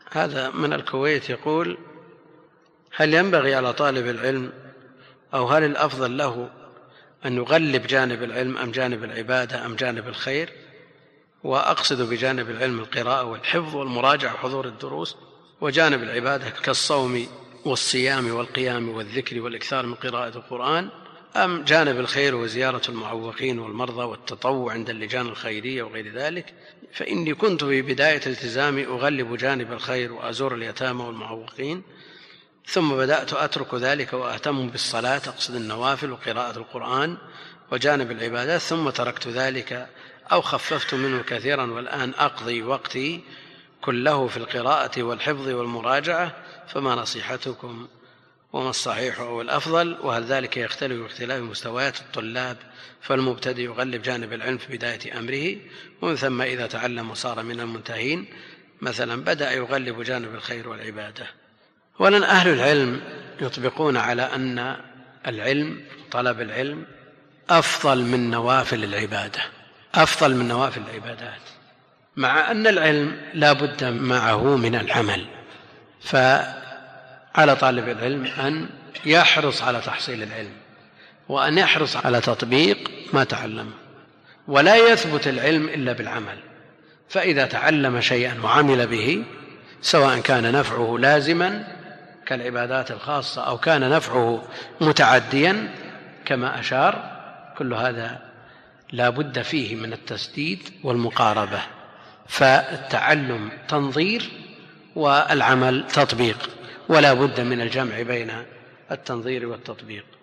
هذا من الكويت يقول: هل ينبغي على طالب العلم أو هل الأفضل له أن يغلب جانب العلم أم جانب العبادة أم جانب الخير؟ وأقصد بجانب العلم القراءة والحفظ والمراجعة وحضور الدروس، وجانب العبادة كالصوم والصيام والقيام والذكر والإكثار من قراءة القرآن، أم جانب الخير وزيارة المعوقين والمرضى والتطوع عند اللجان الخيرية وغير ذلك. فإني كنت في بداية التزامي أغلب جانب الخير وأزور اليتامى والمعوقين، ثم بدأت أترك ذلك وأهتم بالصلاة، أقصد النوافل وقراءة القرآن وجانب العبادات، ثم تركت ذلك أو خففت منه كثيرا، والآن أقضي وقتي كله في القراءة والحفظ والمراجعة. فما نصيحتكم وما الصحيح أو الأفضل؟ وهل ذلك يختلف باختلاف مستويات الطلاب؟ فالمبتدئ يغلب جانب العلم في بداية أمره، ومن ثم إذا تعلم وصار من المنتهين مثلا بدأ يغلب جانب الخير والعبادة. ولن أهل العلم يطبقون على أن العلم طلب العلم أفضل من نوافل العبادة، أفضل من نوافل العبادات، مع أن العلم لا بد معه من العمل. فعلى طالب العلم أن يحرص على تحصيل العلم وأن يحرص على تطبيق ما تعلم، ولا يثبت العلم إلا بالعمل. فإذا تعلم شيئا وعمل به، سواء كان نفعه لازما كالعبادات الخاصة أو كان نفعه متعديا كما أشار، كل هذا لا بد فيه من التسديد والمقاربة. فالتعلم تنظير والعمل تطبيق، ولا بد من الجمع بين التنظير والتطبيق.